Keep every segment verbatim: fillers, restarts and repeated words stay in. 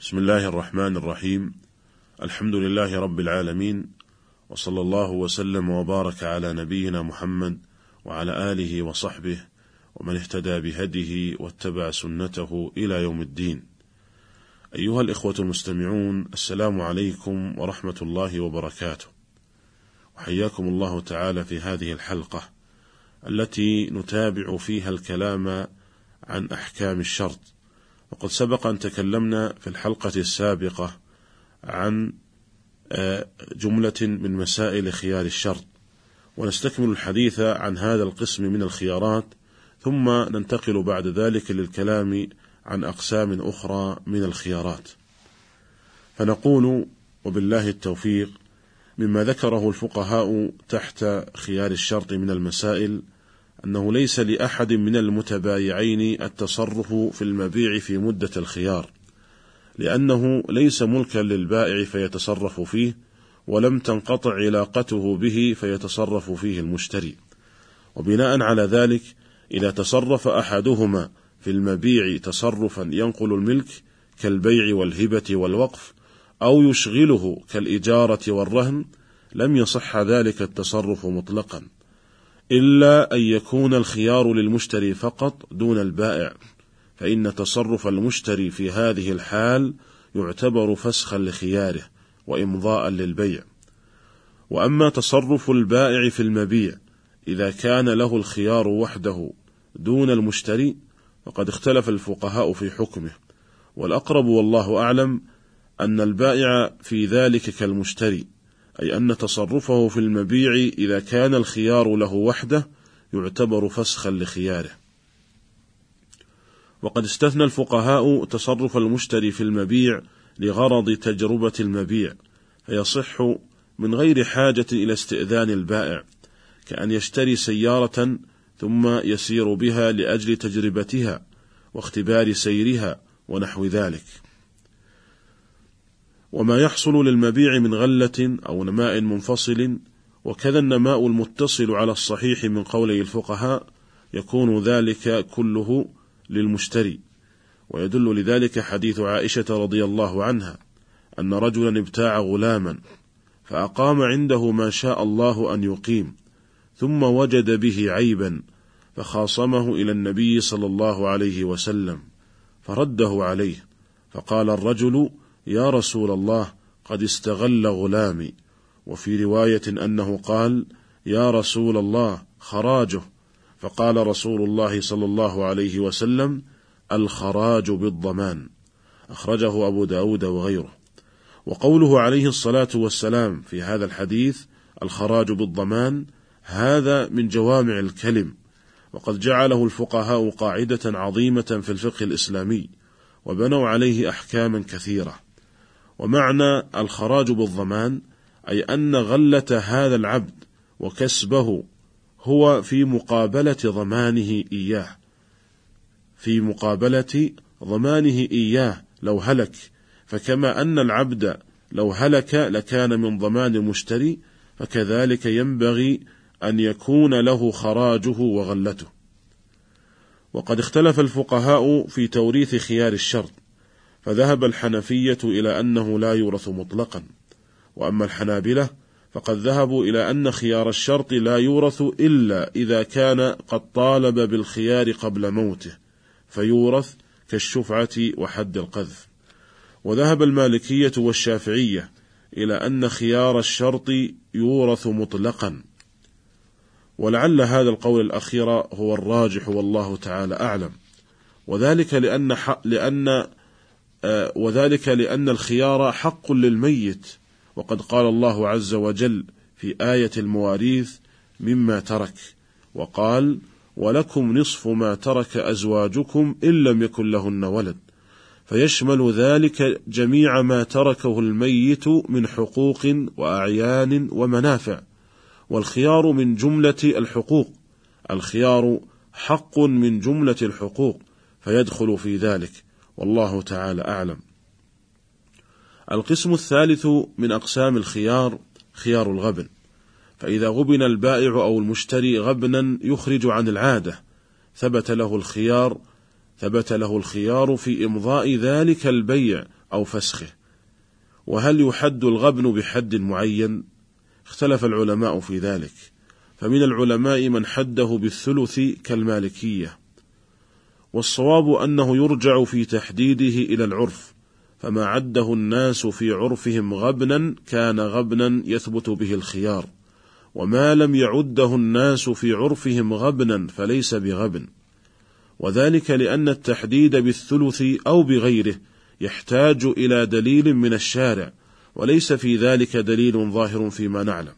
بسم الله الرحمن الرحيم. الحمد لله رب العالمين، وصلى الله وسلم وبارك على نبينا محمد وعلى آله وصحبه ومن اهتدى بهديه واتبع سنته إلى يوم الدين. أيها الإخوة المستمعون، السلام عليكم ورحمة الله وبركاته، وحياكم الله تعالى في هذه الحلقة التي نتابع فيها الكلام عن أحكام الشرط. وقد سبق أن تكلمنا في الحلقة السابقة عن جملة من مسائل خيار الشرط، ونستكمل الحديث عن هذا القسم من الخيارات، ثم ننتقل بعد ذلك للكلام عن أقسام أخرى من الخيارات. فنقول وبالله التوفيق: مما ذكره الفقهاء تحت خيار الشرط من المسائل أنه ليس لأحد من المتبايعين التصرف في المبيع في مدة الخيار، لأنه ليس ملكا للبائع فيتصرف فيه، ولم تنقطع علاقته به فيتصرف فيه المشتري. وبناء على ذلك، إذا تصرف أحدهما في المبيع تصرفا ينقل الملك كالبيع والهبة والوقف، أو يشغله كالإجارة والرهن، لم يصح ذلك التصرف مطلقا، إلا أن يكون الخيار للمشتري فقط دون البائع، فإن تصرف المشتري في هذه الحال يعتبر فسخا لخياره وإمضاء للبيع. وأما تصرف البائع في المبيع إذا كان له الخيار وحده دون المشتري فقد اختلف الفقهاء في حكمه، والأقرب والله أعلم أن البائع في ذلك كالمشتري، أي أن تصرفه في المبيع إذا كان الخيار له وحده يعتبر فسخا لخياره. وقد استثنى الفقهاء تصرف المشتري في المبيع لغرض تجربة المبيع، فيصح من غير حاجة إلى استئذان البائع، كأن يشتري سيارة ثم يسير بها لأجل تجربتها واختبار سيرها ونحو ذلك. وما يحصل للمبيع من غلة أو نماء منفصل، وكذا النماء المتصل على الصحيح من قولي الفقهاء، يكون ذلك كله للمشتري. ويدل لذلك حديث عائشة رضي الله عنها أن رجلا ابتاع غلاما فأقام عنده ما شاء الله أن يقيم، ثم وجد به عيبا فخاصمه إلى النبي صلى الله عليه وسلم فرده عليه، فقال الرجل: يا رسول الله، قد استغل غلامي. وفي رواية أنه قال: يا رسول الله، خراجه. فقال رسول الله صلى الله عليه وسلم: الخراج بالضمان. أخرجه أبو داود وغيره. وقوله عليه الصلاة والسلام في هذا الحديث الخراج بالضمان، هذا من جوامع الكلم، وقد جعله الفقهاء قاعدة عظيمة في الفقه الإسلامي، وبنوا عليه أحكاما كثيرة. ومعنى الخراج بالضمان أي أن غلة هذا العبد وكسبه هو في مقابلة ضمانه إياه، في مقابلة ضمانه إياه لو هلك، فكما أن العبد لو هلك لكان من ضمان المشتري، فكذلك ينبغي أن يكون له خراجه وغلته. وقد اختلف الفقهاء في توريث خيار الشرط، فذهب الحنفية إلى أنه لا يورث مطلقا، وأما الحنابلة فقد ذهبوا إلى أن خيار الشرط لا يورث إلا إذا كان قد طالب بالخيار قبل موته فيورث كالشفعة وحد القذف. وذهب المالكية والشافعية إلى أن خيار الشرط يورث مطلقا، ولعل هذا القول الأخير هو الراجح والله تعالى أعلم، وذلك لأن لأن آه وذلك لأن الخيار حق للميت، وقد قال الله عز وجل في آية المواريث: مما ترك، وقال: ولكم نصف ما ترك أزواجكم إن لم يكن لهن ولد، فيشمل ذلك جميع ما تركه الميت من حقوق وأعيان ومنافع، والخيار من جملة الحقوق، الخيار حق من جملة الحقوق فيدخل في ذلك، والله تعالى أعلم. القسم الثالث من أقسام الخيار خيار الغبن، فإذا غبن البائع أو المشتري غبنا يخرج عن العادة ثبت له الخيار ثبت له الخيار في إمضاء ذلك البيع أو فسخه. وهل يحد الغبن بحد معين؟ اختلف العلماء في ذلك، فمن العلماء من حده بالثلث كالمالكية، والصواب أنه يرجع في تحديده إلى العرف، فما عده الناس في عرفهم غبنا كان غبنا يثبت به الخيار، وما لم يعده الناس في عرفهم غبنا فليس بغبن، وذلك لأن التحديد بالثلث أو بغيره يحتاج إلى دليل من الشارع، وليس في ذلك دليل ظاهر فيما نعلم.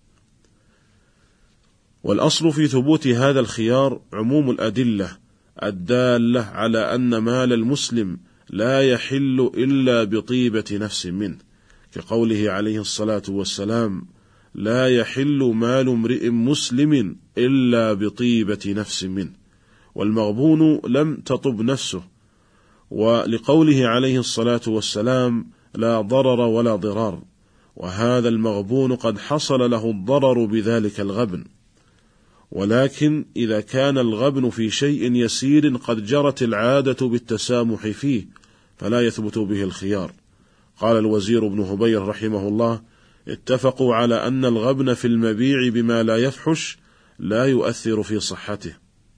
والأصل في ثبوت هذا الخيار عموم الأدلة الدالة على أن مال المسلم لا يحل إلا بطيبة نفس منه، كقوله عليه الصلاة والسلام: لا يحل مال امرئ مسلم إلا بطيبة نفس منه، والمغبون لم تطب نفسه، ولقوله عليه الصلاة والسلام: لا ضرر ولا ضرار، وهذا المغبون قد حصل له الضرر بذلك الغبن. ولكن إذا كان الغبن في شيء يسير قد جرت العادة بالتسامح فيه فلا يثبت به الخيار. قال الوزير بن هبير رحمه الله: اتفقوا على أن الغبن في المبيع بما لا يفحش لا يؤثر في صحته.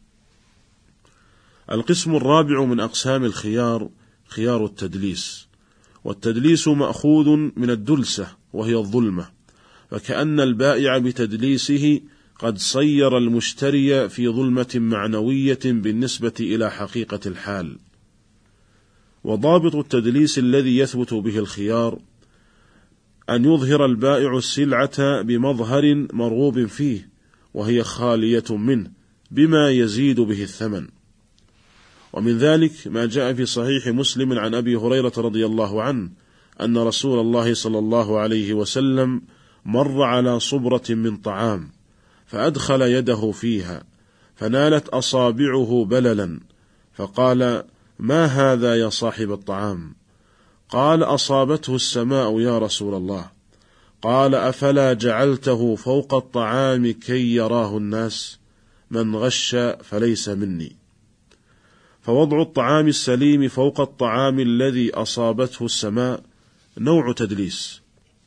القسم الرابع من أقسام الخيار خيار التدليس، والتدليس مأخوذ من الدلسة وهي الظلمة، فكأن البائع بتدليسه قد صير المشتري في ظلمة معنوية بالنسبة إلى حقيقة الحال. وضابط التدليس الذي يثبت به الخيار أن يظهر البائع السلعة بمظهر مرغوب فيه وهي خالية منه بما يزيد به الثمن. ومن ذلك ما جاء في صحيح مسلم عن أبي هريرة رضي الله عنه أن رسول الله صلى الله عليه وسلم مر على صبرة من طعام فأدخل يده فيها فنالت أصابعه بللا، فقال: ما هذا يا صاحب الطعام؟ قال: أصابته السماء يا رسول الله. قال: أفلا جعلته فوق الطعام كي يراه الناس؟ من غش فليس مني. فوضع الطعام السليم فوق الطعام الذي أصابته السماء نوع تدليس.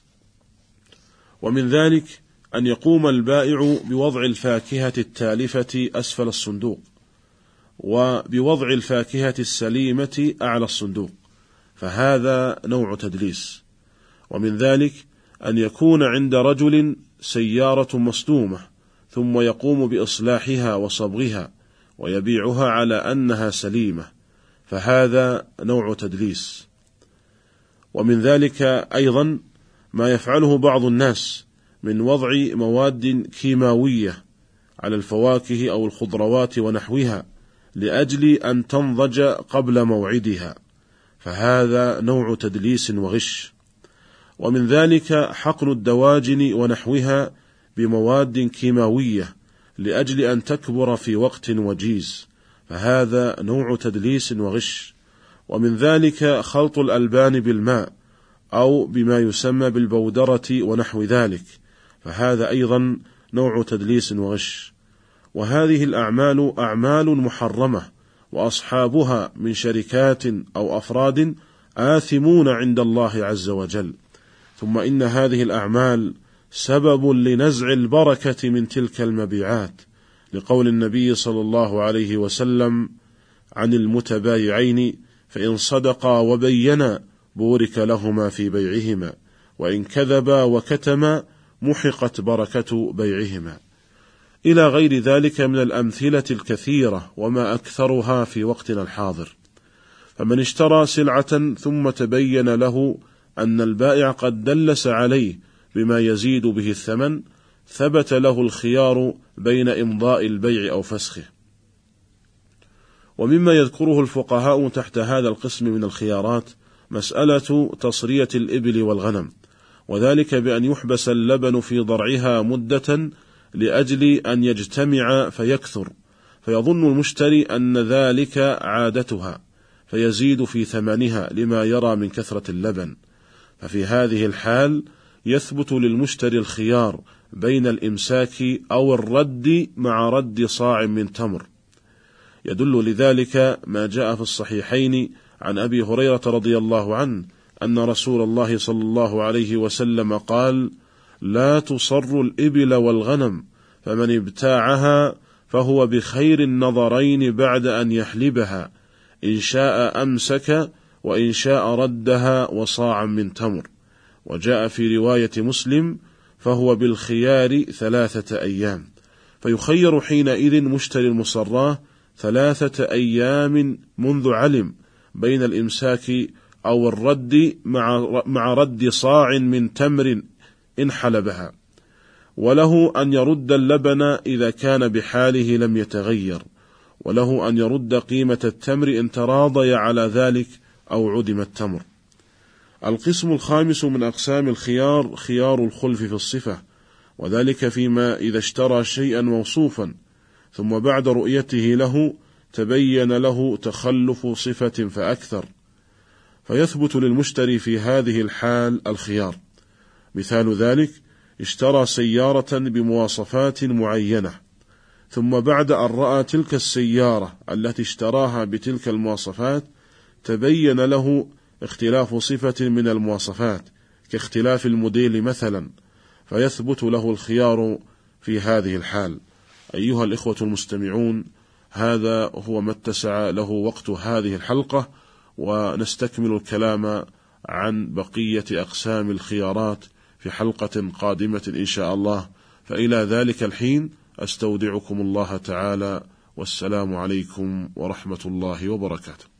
ومن ذلك أن يقوم البائع بوضع الفاكهة التالفة أسفل الصندوق، وبوضع الفاكهة السليمة أعلى الصندوق، فهذا نوع تدليس. ومن ذلك أن يكون عند رجل سيارة مصدومة ثم يقوم بإصلاحها وصبغها ويبيعها على أنها سليمة، فهذا نوع تدليس. ومن ذلك أيضا ما يفعله بعض الناس من وضع مواد كيماوية على الفواكه أو الخضروات ونحوها لأجل أن تنضج قبل موعدها، فهذا نوع تدليس وغش. ومن ذلك حقن الدواجن ونحوها بمواد كيماوية لأجل أن تكبر في وقت وجيز، فهذا نوع تدليس وغش. ومن ذلك خلط الألبان بالماء أو بما يسمى بالبودرة ونحو ذلك، فهذا أيضا نوع تدليس وغش. وهذه الأعمال أعمال محرمة، وأصحابها من شركات أو أفراد آثمون عند الله عز وجل. ثم إن هذه الأعمال سبب لنزع البركة من تلك المبيعات، لقول النبي صلى الله عليه وسلم عن المتبايعين: فإن صدقا وبينا بورك لهما في بيعهما، وإن كذبا وكتما محقت بركة بيعهما، إلى غير ذلك من الأمثلة الكثيرة وما أكثرها في وقتنا الحاضر. فمن اشترى سلعة ثم تبين له أن البائع قد دلس عليه بما يزيد به الثمن، ثبت له الخيار بين إمضاء البيع أو فسخه. ومما يذكره الفقهاء تحت هذا القسم من الخيارات مسألة تصرية الإبل والغنم، وذلك بأن يحبس اللبن في ضرعها مدة لأجل أن يجتمع فيكثر، فيظن المشتري أن ذلك عادتها فيزيد في ثمنها لما يرى من كثرة اللبن، ففي هذه الحال يثبت للمشتري الخيار بين الإمساك أو الرد مع رد صاع من تمر. يدل لذلك ما جاء في الصحيحين عن أبي هريرة رضي الله عنه أن رسول الله صلى الله عليه وسلم قال: لا تصر الإبل والغنم، فمن ابتاعها فهو بخير النظرين بعد أن يحلبها، إن شاء أمسك وإن شاء ردها وصاعا من تمر. وجاء في رواية مسلم: فهو بالخيار ثلاثة أيام، فيخير حينئذ مشتري المصراه ثلاثة أيام منذ علم بين الإمساك أو الرد مع, مع رد صاع من تمر إن حلبها، وله أن يرد اللبن إذا كان بحاله لم يتغير، وله أن يرد قيمة التمر إن تراضي على ذلك أو عدم التمر. القسم الخامس من أقسام الخيار خيار الخلف في الصفة، وذلك فيما إذا اشترى شيئا موصوفا ثم بعد رؤيته له تبين له تخلف صفة فأكثر، فيثبت للمشتري في هذه الحال الخيار. مثال ذلك: اشترى سيارة بمواصفات معينة، ثم بعد أن رأى تلك السيارة التي اشتراها بتلك المواصفات تبين له اختلاف صفة من المواصفات كاختلاف الموديل مثلا، فيثبت له الخيار في هذه الحال. أيها الإخوة المستمعون، هذا هو ما اتسع له وقت هذه الحلقة، ونستكمل الكلام عن بقية أقسام الخيارات في حلقة قادمة إن شاء الله. فإلى ذلك الحين أستودعكم الله تعالى، والسلام عليكم ورحمة الله وبركاته.